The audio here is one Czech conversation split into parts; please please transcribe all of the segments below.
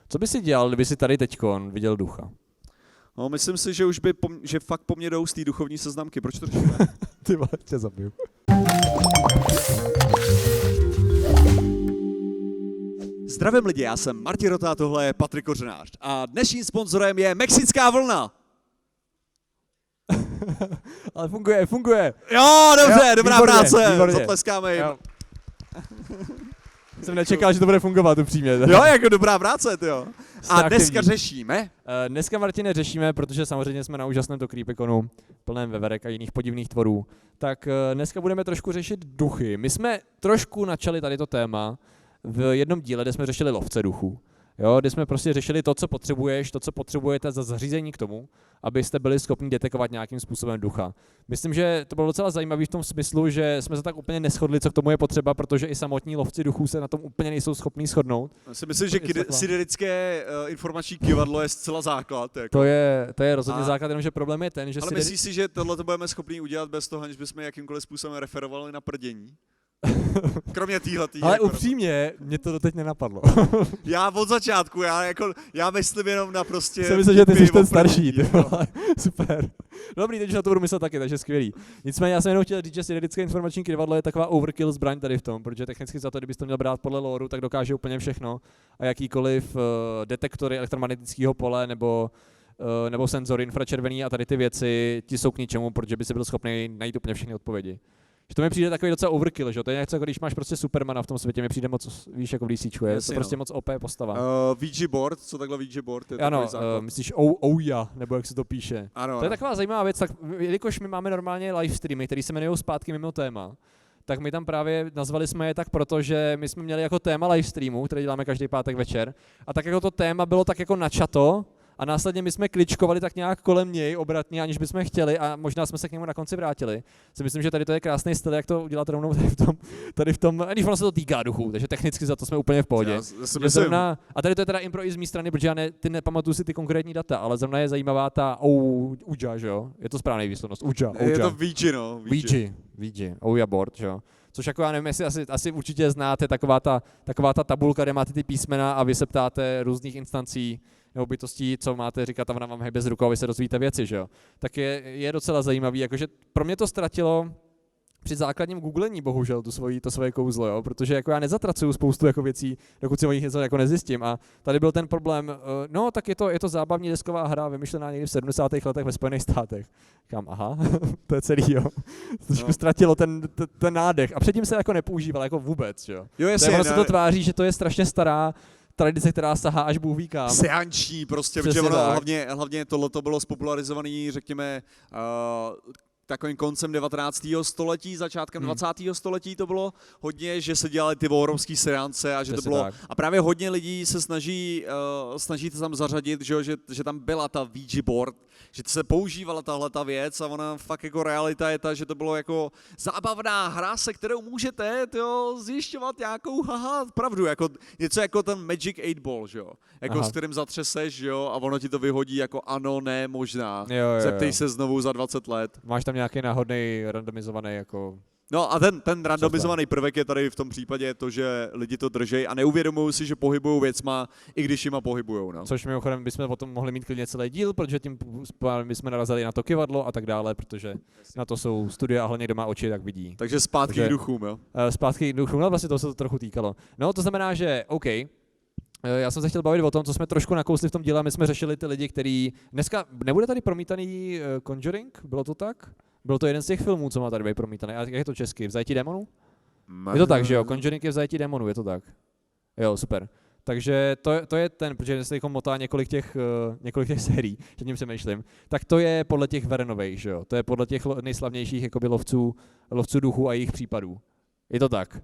Co by si dělal, kdyby si tady teďkon viděl ducha? No, myslím si, že už že fakt po mně jdou z té duchovní seznamky. Proč to řešíme? Ty vole, tě zabiju. Zdravím lidi, já jsem Martin Rota, tohle je Patrik Kořenář a dnešním sponzorem je Mexická vlna. Ale funguje. Jo, dobře, jo, dobrá výborně, práce, výborně. zatleskáme jim. Jsem nečekal, že to bude fungovat upřímně. Jo, jako dobrá práce, tyjo. A dneska řešíme? Dneska, Martine, řešíme, protože samozřejmě jsme na úžasném to Creepyconu, plném veverek a jiných podivných tvorů, tak dneska budeme trošku řešit duchy. My jsme trošku načali tady to téma v jednom díle, kde jsme řešili lovce duchů. Jo, kde jsme prostě řešili to, co potřebuješ, to, co potřebujete za zařízení k tomu, abyste byli schopni detekovat nějakým způsobem ducha. Myslím, že to bylo docela zajímavé v tom smyslu, že jsme se tak úplně neshodli, co k tomu je potřeba, protože i samotní lovci duchů se na tom úplně nejsou schopní shodnout. Já si myslím, že siderické informační kyvadlo je zcela základ. Jako. To je rozhodně základ, jenomže problém je ten, že ale myslíš si, že tohle to budeme schopni udělat bez toho, aniž bychom jakýmkoliv způsobem referovali na prdění? Kromě týhletý. Ale jako upřímně, mě to doteď nenapadlo. Já od začátku, já myslím jenom na prostě... Jsem myslel, že ty jsi ten starší, super. Dobrý, teď už na to budu myslet taky, takže skvělý. Nicméně já jsem jenom chtěl říct, že siderické informační kyvadlo je taková overkill zbraň tady v tom, protože technicky za to, kdybyste to měl brát podle lóru, tak dokáže úplně všechno a jakýkoliv detektory elektromagnetického pole nebo senzory infračervený a tady ty věci ti jsou k ničemu, protože by si byl schopný najít úplně všechny odpovědi. Že to mi přijde takový docela overkill, že? To je něco, jako když máš prostě Supermana v tom světě, mi přijde moc, víš, jako v DCčku, je to prostě moc OP postava. Ouija board, co takhle Ouija board? Je ano, myslíš Ouija, nebo jak se to píše. Ano, to je taková zajímavá věc, tak jelikož my máme normálně live streamy, které se jmenují Zpátky mimo téma, tak my tam právě nazvali jsme je tak proto, že my jsme měli jako téma live streamu, který děláme každý pátek večer, a tak jako to téma bylo tak jako načato, a následně my jsme kličkovali tak nějak kolem něj obratně, aniž bychom chtěli a možná jsme se k němu na konci vrátili. Si myslím, že tady to je krásný styl, jak to udělat rovnou tady v tom, když ono se to týká duchů, takže technicky za to jsme úplně v pohodě. A tady to je teda impro i z mé strany, protože já nepamatuju si ty konkrétní data, ale zrovna je zajímavá ta Ouija, že jo? Je to správný výslovnost, Ouija. Je to Ouija, no. Ouija, Ouija board, že jo? Což jako já nevím, jestli asi určitě znáte taková ta tabulka, kde máte ty písmena a vy se ptáte různých instancí nebo bytostí, co máte říkat, a ona vám hejbe z rukou a vy se dozvíte věci, že jo. Tak je docela zajímavý, jakože pro mě to ztratilo při základním googlení, bohužel, to svoje kouzlo, jo, protože jako já nezatracuju spoustu jako věcí, dokud si o nich něco jako nezjistím, a tady byl ten problém, no tak je to zábavní desková hra, vymyšlená někdy v 70. letech ve Spojených státech. Říkám, aha, to je celý, jo. Trošku ztratilo ten nádech a předtím se jako nepoužíval jako vůbec, jo. Ono se to tváří, že to je strašně stará tradice, která sahá až Bůh ví kam. Seanční prostě, protože ono hlavně tohleto bylo spopularizovaný, řekněme, takovým koncem 19. století, začátkem 20. století to bylo hodně, že se dělaly ty vorovský seance a že to bylo, a právě hodně lidí se snaží to tam zařadit, že tam byla ta Ouija board, že se používala tahleta věc a ona fakt jako realita je ta, že to bylo jako zábavná hra, se kterou můžete zjišťovat nějakou pravdu, jako něco jako ten Magic 8 Ball, že jo, jako s kterým zatřeseš, že jo, a ono ti to vyhodí jako ano, ne, možná. Jo. Zeptej se znovu za 20 let. Máš tam nějaký náhodný randomizovaný jako... No a ten randomizovaný prvek je tady v tom případě to, že lidi to držej a neuvědomují si, že pohybujou věcma, i když jima pohybujou. No. Což mimochodem bychom o tom mohli mít klidně celý díl, protože tím bychom narazili na to kyvadlo a tak dále, protože na to jsou studia a hlavně kdo má oči, tak vidí. Takže zpátky k duchům, jo? Zpátky k duchům, no vlastně to se to trochu týkalo. No to znamená, že OK, já jsem se chtěl bavit o tom, co jsme trošku nakousli v tom díle, my jsme řešili ty lidi, který... Dneska nebude tady promítaný Conjuring, bylo to tak? Byl to jeden z těch filmů, co má tady být promítaný. A jak je to česky? V zajetí démonů? Je to tak, že jo? Conjuring je v zajetí démonů, je to tak. Jo, super. Takže to je ten, protože se jako motá několik těch sérií, že tím přemýšlím. Tak to je podle těch Verenových, že jo? To je podle těch nejslavnějších jakoby lovců duchů a jejich případů. Je to tak.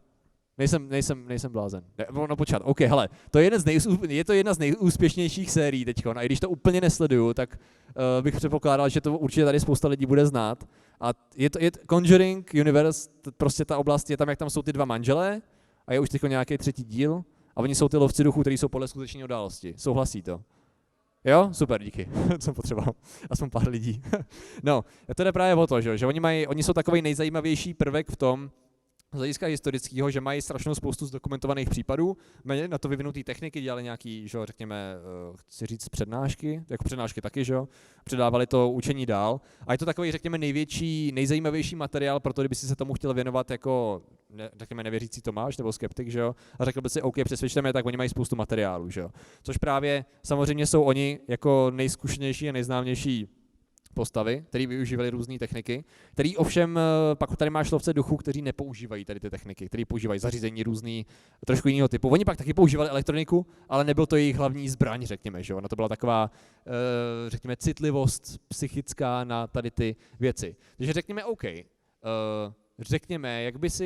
Nejsem blázen. No počkat, OK, hele, je to jedna z nejúspěšnějších sérií teďko, a i když to úplně nesleduju, tak bych předpokládal, že to určitě tady spousta lidí bude znát. A je Conjuring Universe, prostě ta oblast, je tam, jak tam jsou ty dva manželé, a je už teďko nějaký třetí díl, a oni jsou ty lovci duchů, kteří jsou podle skutečné události. Souhlasí to? Jo? Super, díky. Jsem potřeboval. Aspoň pár lidí. No, to jde právě o to, že oni jsou takový nejzajímavější prvek v tom, z hlediska historického, že mají strašnou spoustu zdokumentovaných případů, mají na to vyvinutý techniky, dělali nějaký, že, řekněme, chci říct přednášky, jako přednášky taky, že jo, předávali to učení dál a je to takový, řekněme, největší, nejzajímavější materiál pro to, kdyby si se tomu chtěl věnovat jako, řekněme, nevěřící Tomáš nebo skeptik, že jo, a řekl by si, OK, přesvědčte mě, tak oni mají spoustu materiálů, že jo, což právě samozřejmě jsou oni jako nejzkušenější a nejznámější postavy, které využívaly různé techniky, který ovšem pak tady máš lovce duchů, kteří nepoužívají tady ty techniky, kteří používají zařízení různý, trošku jiného typu. Oni pak taky používali elektroniku, ale nebyl to jejich hlavní zbraň, řekněme, že jo. No to byla taková, řekněme, citlivost psychická na tady ty věci. Takže řekněme, OK, řekněme,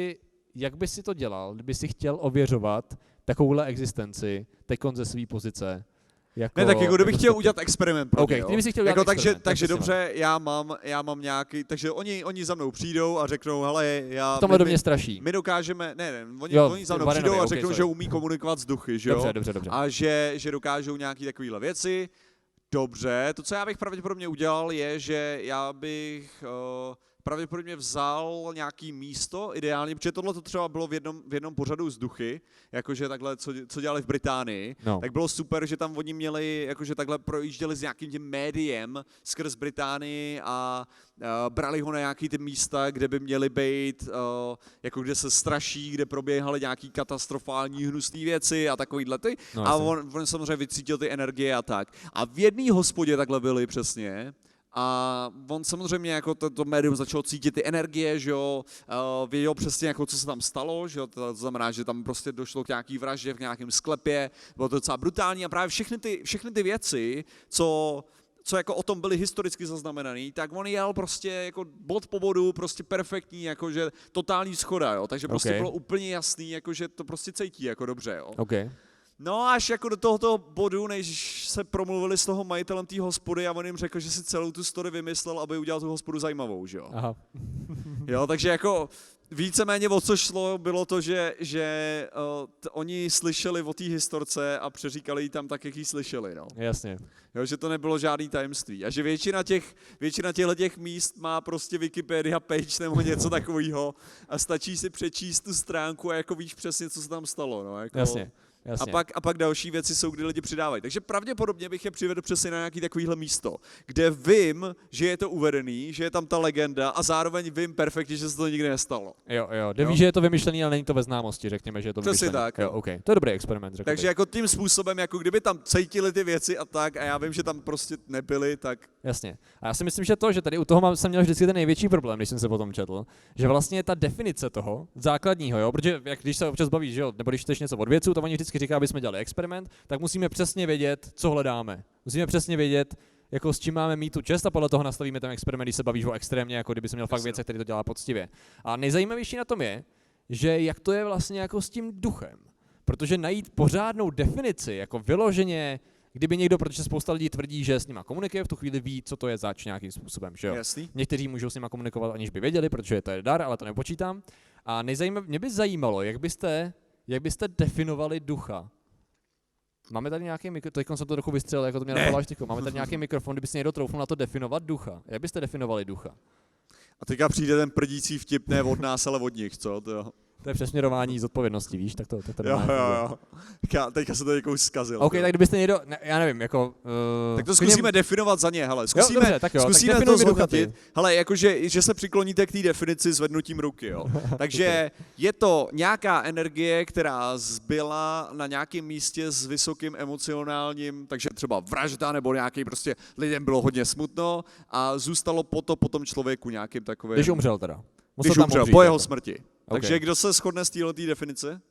jak by si to dělal, kdyby si chtěl ověřovat takovouhle existenci teďkon ze své pozice. Ne, tak jako kdybych chtěl udělat experiment pro okay, kdyby si chtěl udělat experiment, takže dobře, já mám nějaký, takže oni za mnou přijdou a řeknou, hele, v tomhle mě straší. My dokážeme, oni za mnou přijdou a řeknou, že umí komunikovat s duchy, že jo? Dobře. A že dokážou nějaký takovýhle věci. Dobře, to, co já bych pravděpodobně udělal, je, že já bych pravděpodobně vzal nějaký místo, ideálně, protože tohle to třeba bylo v jednom pořadu z duchy, jakože takhle, co dělali v Británii, tak bylo super, že tam oni měli, jakože takhle projížděli s nějakým tím médiem skrz Británii a brali ho na nějaký ty místa, kde by měly být, jako kde se straší, kde proběhaly nějaký katastrofální hnusné věci a takovýhle ty. No, a on samozřejmě vycítil ty energie a tak. A v jedné hospodě takhle byli přesně. A on samozřejmě jako to médium začalo cítit ty energie, že jo, věděl přesně jako co se tam stalo, že jo, to znamená, že tam prostě došlo k nějaký vraždě v nějakém sklepě, bylo to docela brutální a právě všechny ty věci, co jako o tom byly historicky zaznamenaný, tak on jel prostě jako bod po bodu, prostě perfektní, jakože totální schoda, jo, takže prostě bylo úplně jasný, jakože to prostě cítí jako dobře, jo. Okay. No až jako do tohoto bodu, než se promluvili s toho majitelem té hospody a on jim řekl, že si celou tu story vymyslel, aby udělal tu hospodu zajímavou, že jo. Aha. Jo, takže jako víceméně o co šlo, bylo to, že oni slyšeli o té historce a přeříkali ji tam tak, jak ji slyšeli, no. Jasně. Jo, že to nebylo žádný tajemství a že většina těch míst má prostě Wikipedia page nebo něco takového a stačí si přečíst tu stránku a jako víš přesně, co se tam stalo, no. Jako, jasně. A pak další věci jsou, kdy lidi přidávají. Takže pravděpodobně bych je přivedl přesně na nějaký takovýhle místo, kde vím, že je to uvedený, že je tam ta legenda a zároveň vím perfektně, že se to nikdy nestalo. Jo. Ví, že je to vymyšlený, ale není to ve známosti, řekněme, že je to přesně vymyšlený. Tak. Jo, okay. To je dobrý experiment. Takže jako tím způsobem, jako kdyby tam cítili ty věci a tak, a já vím, že tam prostě nebyly, tak... Jasně. A já si myslím, že to, že tady u toho jsem měl vždycky ten největší problém, když jsem se potom četl, že vlastně ta definice toho základního, jo, protože když se občas bavíš, že jo, nebo když chceš něco od vědců, to oni vždycky říká, aby jsme dělali experiment, tak musíme přesně vědět, co hledáme. Musíme přesně vědět, jako s čím máme mít tu čest a podle toho nastavíme ten experiment, když se bavíš o extrémně, jako kdyby se měl fakt věce, který to dělá poctivě. A nejzajímavější na tom je, že jak to je vlastně jako s tím duchem. Protože najít pořádnou definici, jako vyloženě, kdyby někdo, protože spousta lidí tvrdí, že s nima komunikuje, v tu chvíli ví, co to je zač nějakým způsobem, že jo. Jasný. Někteří můžou s nima komunikovat, aniž by věděli, protože to je dar, ale to nepočítám. A mě by zajímalo, jak byste definovali ducha. Máme tady nějaký mikrofon, teď jsem to trochu vystřelil, jako to mě napadlo až tyko. Máme tady nějaký mikrofon, kdyby si někdo troufnul na to definovat ducha. Jak byste definovali ducha? A teďka přijde ten prdící vtip, ne od nás, ale od nich, co? To je přesměrování zodpovědnosti, víš, tak to jo. Teďka se to někoho zkazil. OK, tak kdybyste někdo, já nevím, jako... tak to zkusíme definovat za ně, hele, zkusíme tak to zhodnotit. Hele, jakože, že se přikloníte k té definici zvednutím ruky, jo. Takže je to nějaká energie, která zbyla na nějakém místě s vysokým emocionálním, takže třeba vražda nebo nějaký prostě lidem bylo hodně smutno a zůstalo po tom člověku nějakým takovým... Když umřel teda. Když umřel, po jeho smrti. Okay. Takže kdo se shodne z této definice?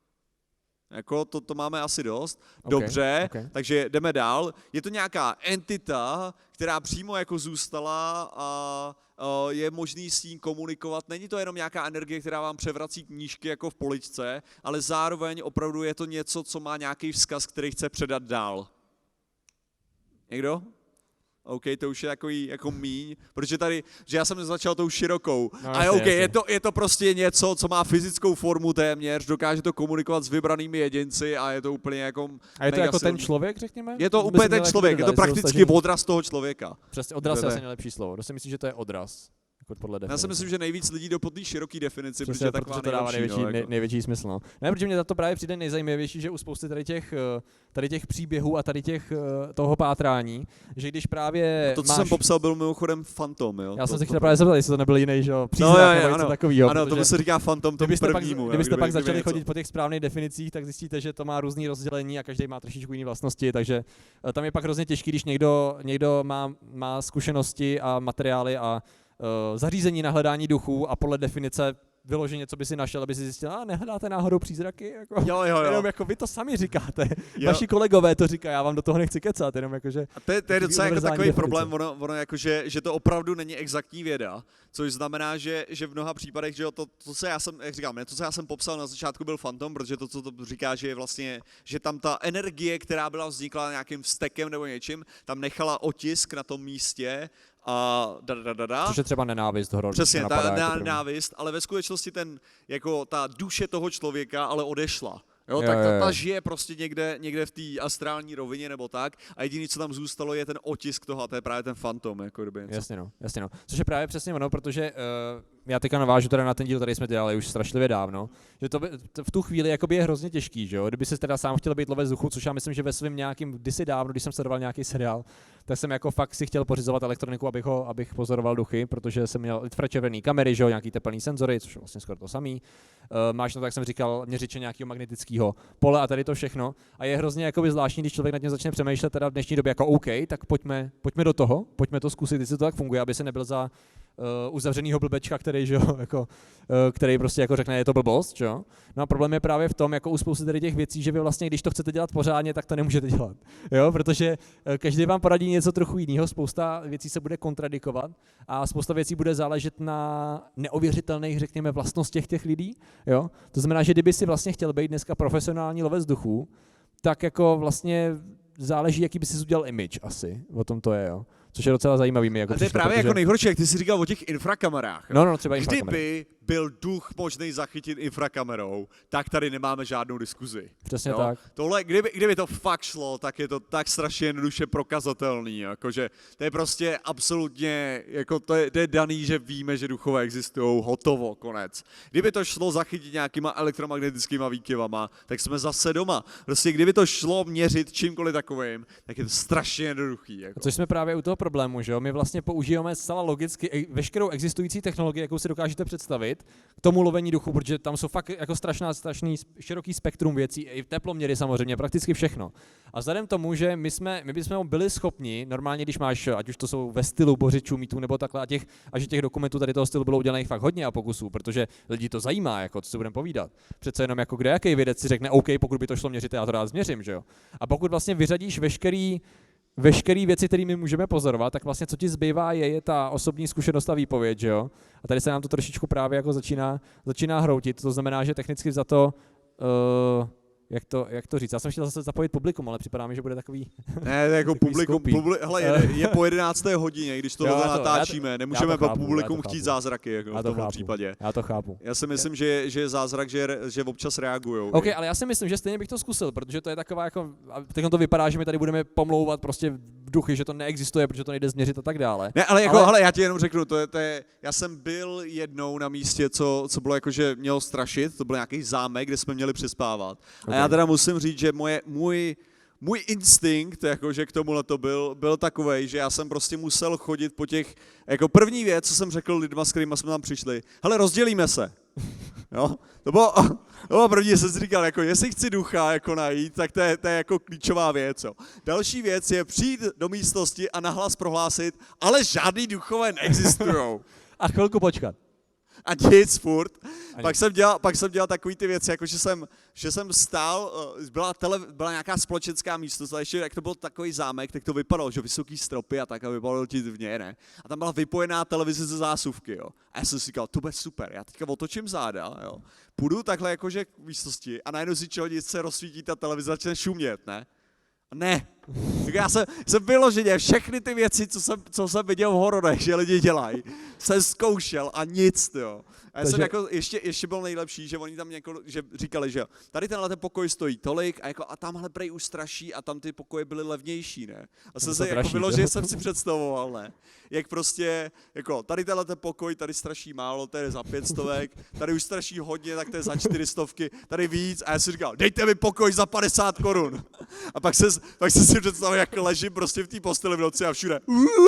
Jako to máme asi dost. Dobře, takže jdeme dál. Je to nějaká entita, která přímo jako zůstala a je možný s ní komunikovat. Není to jenom nějaká energie, která vám převrací knížky jako v poličce, ale zároveň opravdu je to něco, co má nějaký vzkaz, který chce předat dál. Někdo? OK, to už je jako míň, protože tady, že já jsem začal tou širokou. No, a OK, je to prostě něco, co má fyzickou formu téměř, dokáže to komunikovat s vybranými jedinci a je to úplně jako... A je to jako ten člověk, řekněme? Je to úplně ten člověk, je to prakticky odraz toho člověka. Přesně, odraz je asi nejlepší slovo. To si myslím, že to je odraz. podle definice. Já si myslím, že nejvíc lidí do po té široké definici, Přesně, protože taková to dává nejlepší, největší smysl. No. Ne, protože mě za to právě přijde nejzajímavější, že u spousty tady těch příběhů a tady těch toho pátrání, že když právě to, co jsem popsal, byl mimochodem Phantom, jo? Já jsem se chtěl právě zeptat, jestli to nebyl jiný, že přízrak nebo něco takového. Ano, tomu se říká Phantom, tomu prvnímu. Kdybyste pak začali chodit po těch správných definicích, tak zjistíte, že to má různý rozdělení a každý má trošičku jiné vlastnosti, takže tam je pak hrozně těžký, když někdo má zkušenosti a materiály a zařízení na hledání duchů a podle definice vyloženě, co by si našel, aby si zjistil, nehledáte náhodou přízraky? Jako, jo. Jenom jako vy to sami říkáte. Vaši kolegové to říkají, já vám do toho nechci kecat, jenom jakože... A to je docela jako takový problém, ono jako, že to opravdu není exaktní věda, což znamená, že v mnoha případech, že to, co já jsem, jak říkám, to, co já jsem popsal na začátku, byl Phantom, protože to, co to říká, že je vlastně, že tam ta energie, která byla vznikla nějakým vztekem nebo něčím, tam nechala otisk na tom místě, a Což je třeba nenávist horor. Přesně, ta nenávist, ale ve skutečnosti ta duše toho člověka ale odešla. Jo, tak ta žije prostě někde v té astrální rovině nebo tak a jediné, co tam zůstalo, je ten otisk toho a to je právě ten fantom. Jako jasně no. Což je právě přesně ono, protože já teďka navážu teda na ten díl, který jsme dělali už strašlivě dávno, že to v tu chvíli jakoby je hrozně těžký, že jo? Kdyby se teda sám chtěl být lovec duchu, což já myslím, že ve svém nějakým kdysi dávno, když jsem sledoval nějaký seriál, tak jsem jako fakt si chtěl pořizovat elektroniku, abych pozoroval duchy, protože jsem měl infračervený kamery, že jo, nějaký teplný senzory, což je vlastně skoro to samý. Máš na to, jak jsem říkal, měřiče nějakého magnetického pole a tady to všechno. A je hrozně jakoby zvláštní, když člověk nad tím začne přemýšlet teda v dnešní době jako OK, tak pojďme do toho, pojďme to zkusit, jestli to tak funguje, aby se nebyl za uzavřenýho blbečka, který, že jo, jako, který prostě jako řekne, je to blbost, že jo. No a problém je právě v tom, jako u spousty tady těch věcí, že vy vlastně, když to chcete dělat pořádně, tak to nemůžete dělat, jo, protože každý vám poradí něco trochu jiného, spousta věcí se bude kontradikovat a spousta věcí bude záležet na neověřitelných, řekněme, vlastnostech těch lidí, jo. To znamená, že kdyby si vlastně chtěl být dneska profesionální lovec duchů, tak jako vlastně záleží, jaký by si udělal image asi, o tom to je, jo. Což je docela zajímavý. Jako a to je právě jako nejhorší, jak ty jsi říkal o těch infrakamerách. No, třeba infrakamery. Kdyby byl duch možný zachytit infrakamerou, tak tady nemáme žádnou diskuzi. Přesně tak. Tohle, kdyby to fakt šlo, tak je to tak strašně jednoduše prokazatelný, jakože to je prostě absolutně, jako to je daný, že víme, že duchové existují, hotovo, konec. Kdyby to šlo zachytit nějakýma elektromagnetickýma výkyvama, tak jsme zase doma. Prostě kdyby to šlo měřit čímkoliv takovým, tak je to strašně jednoduchý. Jako. Což jsme právě u toho problému, že jo? My vlastně používáme zcela logicky veškerou existující technologii, jakou si dokážete představit, k tomu lovení duchu, protože tam jsou fakt jako strašný široký spektrum věcí, i teploměry samozřejmě, prakticky všechno. A vzhledem tomu, že my bychom byli schopni, normálně když máš, ať už to jsou ve stylu bořičů, mýtů nebo takhle, a že těch dokumentů tady toho stylu bylo udělaných fakt hodně a pokusů, protože lidi to zajímá, jako co si budeme povídat. Přece jenom jako kdejaký vědec si řekne, OK, pokud by to šlo měřit, já to rád změřím, že jo. A pokud vlastně vyřadíš veškeré věci, které my můžeme pozorovat, tak vlastně co ti zbývá je ta osobní zkušenost a výpověď, že jo? A tady se nám to trošičku právě jako začíná hroutit, to znamená, že technicky za to, jak to říct, já jsem chtěl zase zapojit publikum, ale připadá mi, že bude takový ne, jako publikum, hele, je po 11. hodině, když to natáčíme, nemůžeme po publikum chtít zázraky, jako v tomhle případě. Já to chápu. Já si myslím, že je zázrak, že občas reagujou. OK, ale já si myslím, že stejně bych to zkusil, protože to je taková jako, teď to vypadá, že my tady budeme pomlouvat prostě duchy, že to neexistuje, protože to nejde změřit a tak dále. Ne, ale jako, hele, já ti jenom řeknu, já jsem byl jednou na místě, co bylo jako, že mělo strašit, to byl nějaký zámek, kde jsme měli přespávat. Okay. A já teda musím říct, že můj instinkt, jakože k tomuhle to byl takovej, že já jsem prostě musel chodit po těch, jako první věc, co jsem řekl lidma, s kterýma jsme tam přišli, hele, rozdělíme se. Jo? To bylo první, jsem si říkal, jako jestli chci ducha jako najít, tak to je jako klíčová věc. Jo. Další věc je přijít do místnosti a nahlas prohlásit, ale žádný duchové neexistujou. A chvilku počkat. A nic furt. Pak jsem dělal takový ty věci, jako že jsem stál, byla nějaká společenská místnost, ale ještě jak to byl takový zámek, tak to vypadalo, že vysoký stropy a tak a vypadalo ti vně, ne? A tam byla vypojená televize ze zásuvky, jo. A já jsem si říkal, to bude super, já teďka otočím záda, jo. Půjdu takhle jakože k místnosti a najednou si čelnice rozsvítí ta televize, začne šumět, ne? A ne, Tak já jsem vyloženě všechny ty věci, co jsem viděl v hororech, že lidi dělají, jsem zkoušel a nic, jo. A já jsem jako, ještě byl nejlepší, že oni tam že říkali, že jo, tady tenhle ten pokoj stojí tolik a tamhle prej už straší a tam ty pokoje byly levnější, ne? A jsem se jako vyloženě jsem si představoval, ne? Jak prostě, jako tady tenhle ten pokoj, tady straší málo, to je za 500, tady už straší hodně, tak to je za 400, tady víc a já si říkal, dejte mi pokoj za 50 korun. A pak se si představil, jak ležím prostě v té posteli v noci a všude.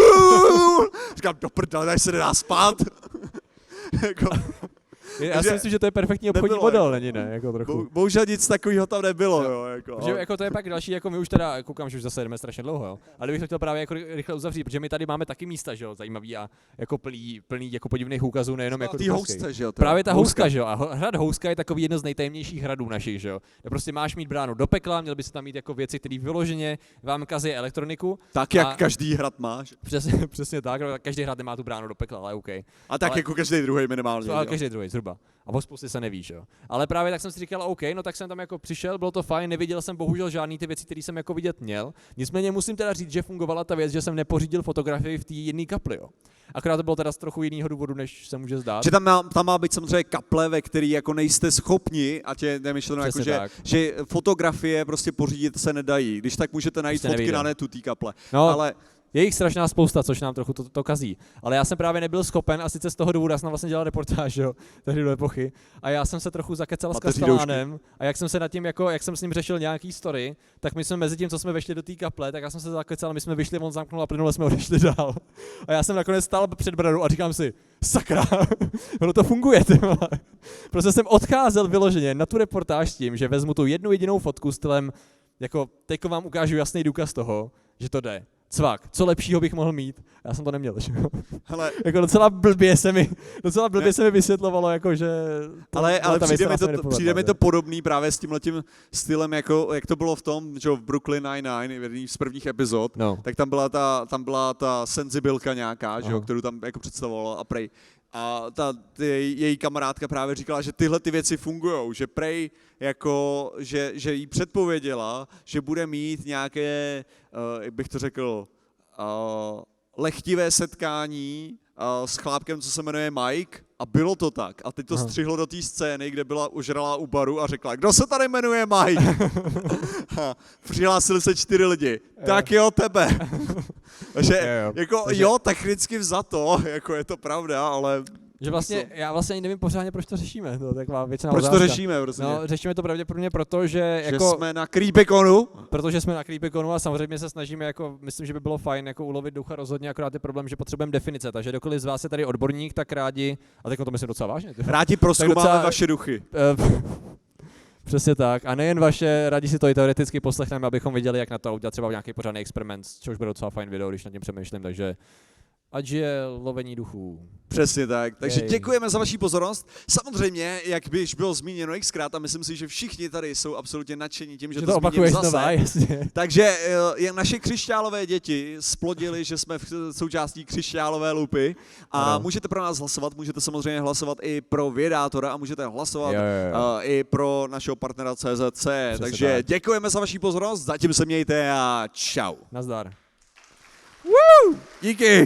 Říkám, do prdele, tady se nedá spát. Jako, já si myslím, že to je perfektní obchodní model, není ne? Jako trochu. Bohužel nic takového tam nebylo, jo. Že jako to je pak další, jako my už teda, koukám, že už zase jdeme strašně dlouho, jo. Ale bych to chtěl právě jako rychle uzavřít, protože my tady máme taky místa, že jo, zajímavý a jako plný jako podivných úkazů, nejenom jako housce, že jo. Právě ta houska, že jo. A hrad Houska je takový jedno z nejtajemnějších hradů našich, že jo. Prostě máš mít bránu do pekla, měl by se tam mít jako věci, které vyloženě vám kazí elektroniku. Tak jak každý hrad má. Přesně tak, každý hrad nemá tu bránu do pekla, ale OK. A tak jako každý druhý minimálně. Ale každý druhý zhruba. A o spoustě se neví, že jo. Ale právě tak jsem si říkal, OK, no tak jsem tam jako přišel, bylo to fajn, neviděl jsem bohužel žádný ty věci, které jsem jako vidět měl. Nicméně musím teda říct, že fungovala ta věc, že jsem nepořídil fotografii v té jedné kapli, jo. Akorát to bylo teda z trochu jiného důvodu, než se může zdát. Že tam má být samozřejmě kaple, ve který jako nejste schopni, a tě nemyšleno jako, že fotografie prostě pořídit se nedají. Když tak můžete najít fotky na netu té kaple. No, ale je jich strašná spousta, což nám trochu to kazí. Ale já jsem právě nebyl schopen a sice z toho důvodu, já jsem vlastně dělal reportáž, jo, tehdy do epochy. A já jsem se trochu zakecal s Kastelánem a jak jsem se nad tím, jako, jak jsem s ním řešil nějaký story, tak my jsme mezi tím, co jsme vešli do té kaple, tak já jsem se zakecal, my jsme vyšli, on zamknul a plynule jsme odešli dál. A já jsem nakonec stál před bradou a říkám si, sakra, ono to funguje, ty vole. Prostě jsem odcházel vyloženě na tu reportáž s tím, že vezmu tu jednu jedinou fotku stylem, jako teďko vám ukážu jasný důkaz toho, že to jde. Cvak, co lepšího bych mohl mít? Já jsem to neměl, že jo. Jako docela blbě se mi vysvětlovalo, jako že... Ale přijde mi to podobný právě s tímhletím stylem, jako jak to bylo v tom, že v Brooklyn Nine-Nine, v jedný z prvních epizod, tak tam byla ta senzibilka nějaká, že jo, kterou tam jako představovala a prej. A její kamarádka právě říkala, že tyhle ty věci fungujou, že prej jako, že jí předpověděla, že bude mít nějaké, jak bych to řekl, lehtivé setkání s chlápkem, co se jmenuje Mike, a bylo to tak. A teď to střihlo do té scény, kde byla ožralá u baru a řekla, kdo se tady jmenuje Mike? Přihlásili se 4 lidi. Tak jo, tebe. Takže jako jo, technicky vzato, jako je to pravda, ale... Že vlastně, já vlastně ani nevím pořádně, proč to řešíme. To je taková věcná proč otázka. To řešíme? Prostě? No, řešíme to pravděpodobně proto, že jako... jsme na Creepyconu. Protože jsme na Creepyconu a samozřejmě se snažíme, jako, myslím, že by bylo fajn jako ulovit ducha rozhodně, akorát je problém, že potřebujeme definice. Takže kdokoliv z vás je tady odborník, tak rádi, a teď to myslím docela vážně. Rádi prozkoumáme vaše duchy. Přesně tak. A nejen vaše, rádi si to i teoreticky poslechneme, abychom viděli, jak na to udělat třeba nějaký pořádný experiment, což bude docela fajn video, když nad tím přemýšlím, takže ať je lovení duchů. Přesně tak. Takže děkujeme za vaši pozornost. Samozřejmě, jak by již bylo zmíněno xkrát, a myslím si, že všichni tady jsou absolutně nadšení tím, že to zmíním zase. Znova, jasně. Takže naše křišťálové děti splodili, že jsme v součástí křišťálové lupy a můžete pro nás hlasovat, můžete samozřejmě hlasovat i pro Vědátora a můžete hlasovat i pro našeho partnera CZC. Takže tak. Děkujeme za vaši pozornost, zatím se mějte a čau. Nazdar. Woo! Díky.